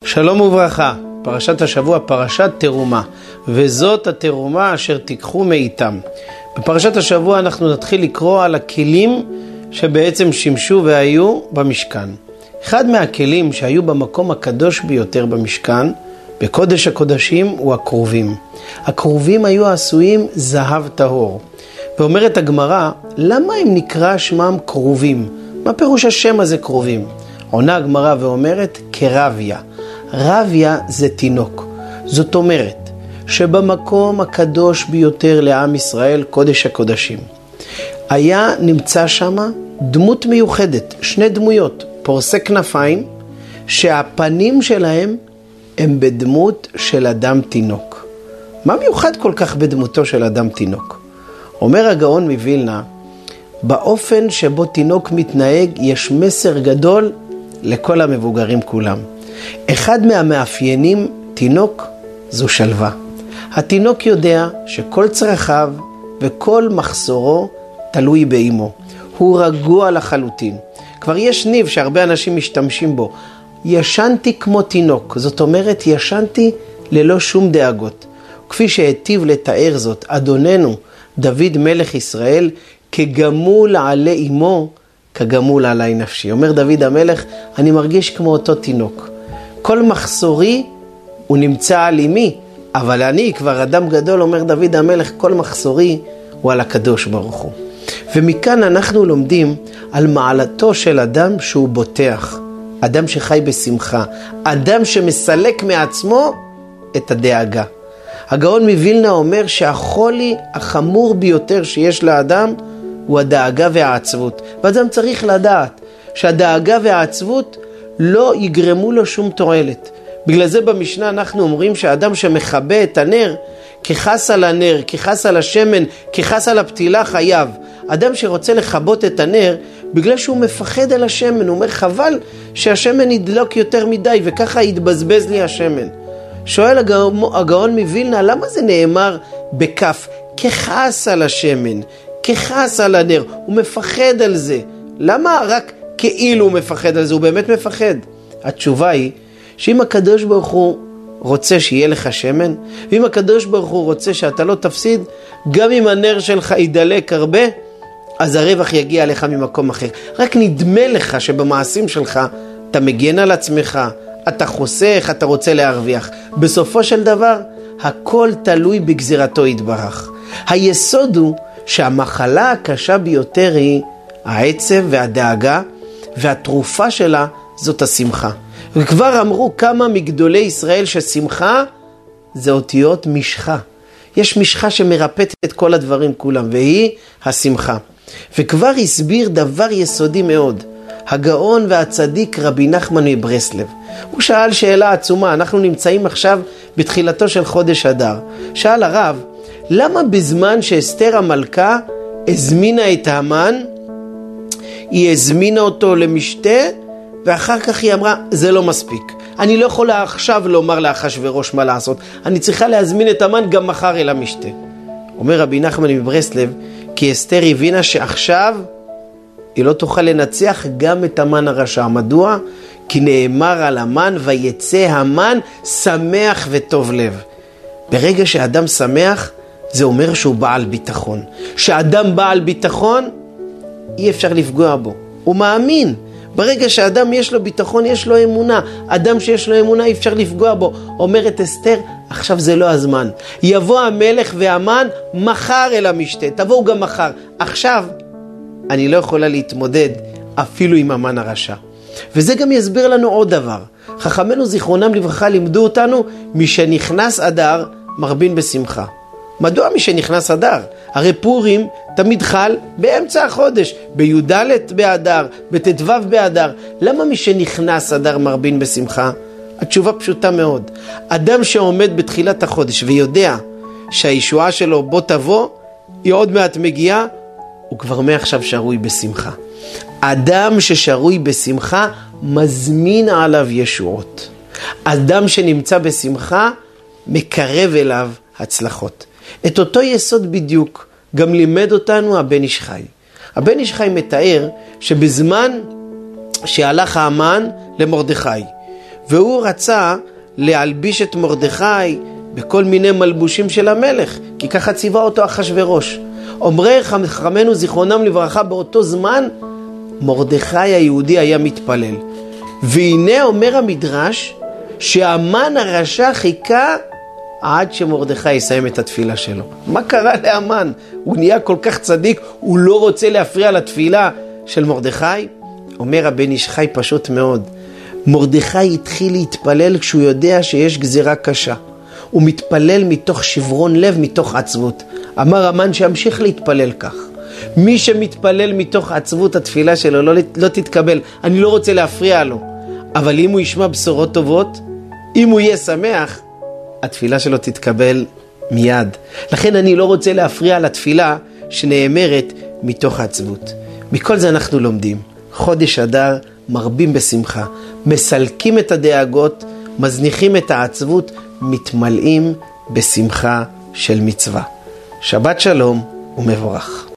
שלום וברכה, פרשת השבוע פרשת תרומה, וזאת התרומה אשר תיקחו מאיתם. בפרשת השבוע אנחנו נתחיל לקרוא על הכלים שבעצם שימשו והיו במשכן. אחד מהכלים שהיו במקום הקדוש ביותר במשכן, בקודש הקודשים, הוא הכרובים. הכרובים היו עשויים זהב טהור. ואומרת הגמרא, למה הם נקרא שמם כרובים? מה פירוש השם הזה כרובים? עונה הגמרא ואומרת, כרביה. רביה זה תינוק. זאת אומרת שבמקום הקדוש ביותר לעם ישראל, קודש הקודשים, היה נמצא שם דמות מיוחדת, שני דמויות, פורסי כנפיים, שהפנים שלהם הם בדמות של אדם תינוק. מה מיוחד כל כך בדמותו של אדם תינוק? אומר הגאון מווילנה, באופן שבו תינוק מתנהג יש מסר גדול לכל המבוגרים כולם. אחד מהמאפיינים תינוק זו שלווה. התינוק יודע שכל צרכיו וכל מחסורו תלוי באמו. הוא רגוע לחלוטין. כבר יש ניב שהרבה אנשים משתמשים בו. ישנתי כמו תינוק, זאת אומרת ישנתי ללא שום דאגות. כפי שהיטיב לתאר זאת אדוננו דוד מלך ישראל, כגמול עלי אמו, כגמול עלי נפשי. אומר דוד המלך, אני מרגיש כמו אותו תינוק. כל מחסורי הוא נמצא על אמי, אבל אני כבר אדם גדול, אומר דוד המלך, כל מחסורי הוא על הקדוש ברוך הוא. ומכאן אנחנו לומדים על מעלתו של אדם שהוא בוטח, אדם שחי בשמחה, אדם שמסלק מעצמו את הדאגה. הגאון מווילנה אומר שהחולי החמור ביותר שיש לאדם הוא הדאגה והעצבות. ואדם צריך לדעת שהדאגה והעצבות לא יגרמו לו שום תועלת. בגלל זה במשנה אנחנו אומרים שהאדם שמחבא את הנר, כחס על הנר, כחס על השמן, כחס על הפתילה חייב. אדם שרוצה לחבות את הנר, בגלל שהוא מפחד על השמן, הוא אומר חבל שהשמן ידלוק יותר מדי וככה יתבזבז לי השמן. שואל הגאון מווילנה, למה זה נאמר בכף? כחס על השמן, כחס על הנר, הוא מפחד על זה. למה רק כאילו הוא מפחד על זה? הוא באמת מפחד. התשובה היא שאם הקדוש ברוך הוא רוצה שיהיה לך שמן, ואם הקדוש ברוך הוא רוצה שאתה לא תפסיד, גם אם הנר שלך ידלק הרבה, אז הרווח יגיע לך ממקום אחר. רק נדמה לך שבמעשים שלך אתה מגן על עצמך, אתה חוסך, אתה רוצה להרוויח. בסופו של דבר, הכל תלוי בגזירתו יתברך. היסוד הוא שהמחלה הקשה ביותר היא העצב והדאגה, והתרופה שלה זאת השמחה. וכבר אמרו כמה מגדולי ישראל ששמחה זה אותיות משחה. יש משחה שמרפאת את כל הדברים כולם, והיא השמחה. וכבר הסביר דבר יסודי מאוד. הגאון והצדיק רבי נחמן מברסלב. הוא שאל שאלה עצומה, אנחנו נמצאים עכשיו בתחילתו של חודש אדר. שאל הרב, למה בזמן שאסתר המלכה הזמינה את המן, היא הזמינה אותו למשתה, ואחר כך היא אמרה, זה לא מספיק. אני לא יכולה עכשיו לומר לאחשוורוש מה לעשות. אני צריכה להזמין את המן גם מחר אל המשתה. אומר רבי נחמן מברסלב, כי אסתר הבינה שעכשיו היא לא תוכל לנצח גם את המן הרשע. מדוע? כי נאמר על המן, ויצא המן שמח וטוב לב. ברגע שאדם שמח, זה אומר שהוא בעל ביטחון. שאדם בעל ביטחון, אי אפשר לפגוע בו. הוא מאמין. ברגע שאדם יש לו ביטחון, יש לו אמונה. אדם שיש לו אמונה, אי אפשר לפגוע בו. אומרת אסתר, עכשיו זה לא הזמן. יבוא המלך והמן מחר אל המשתה. תבואו גם מחר. עכשיו, אני לא יכולה להתמודד אפילו עם המן הרשע. וזה גם יסביר לנו עוד דבר. חכמינו זיכרונם לברכה לימדו אותנו, מי שנכנס אדר מרבין בשמחה. מדוע מי שנכנס אדר? הרי פורים תמיד חל באמצע החודש, בי"ד באדר, בט"ו באדר. למה מי שנכנס אדר מרבין בשמחה? התשובה פשוטה מאוד. אדם שעומד בתחילת החודש ויודע שהישועה שלו בוא תבוא, היא עוד מעט מגיעה, הוא כבר מעכשיו שרוי בשמחה. אדם ששרוי בשמחה מזמין עליו ישועות. אדם שנמצא בשמחה מקרב אליו הצלחות. את אותו יסוד בדיוק גם לימד אותנו הבן איש חי. הבן איש חי מתאר שבזמן שהלך האמן למרדכי והוא רצה להלביש את מרדכי בכל מיני מלבושים של המלך, כי ככה ציווה אותו אחשוורוש. אומרי חכמינו זיכרונם לברכה, באותו זמן מרדכי היהודי היה מתפלל. והנה אומר המדרש שהמן הרשע חיכה עד שמרדכי יסיים את התפילה שלו. מה קרה לאמן? הוא נהיה כל כך צדיק, הוא לא רוצה להפריע לתפילה של מרדכי? אומר הבן איש חי פשוט מאוד. מרדכי התחיל להתפלל כשהוא יודע שיש גזירה קשה. הוא מתפלל מתוך שברון לב, מתוך עצבות. אמר המן שימשיך להתפלל כך. מי שמתפלל מתוך עצבות, התפילה שלו לא תתקבל. אני לא רוצה להפריע לו. אבל אם הוא ישמע בשורות טובות, אם הוא יהיה שמח, התפילה שלו תתקבל מיד. לכן אני לא רוצה להפריע לתפילה שנאמרת מתוך עצבות. מכל זה אנחנו לומדים. חודש אדר מרבים בשמחה, מסלקים את הדאגות, מזניחים את העצבות, מתמלאים בשמחה של מצווה. שבת שלום ומבורך.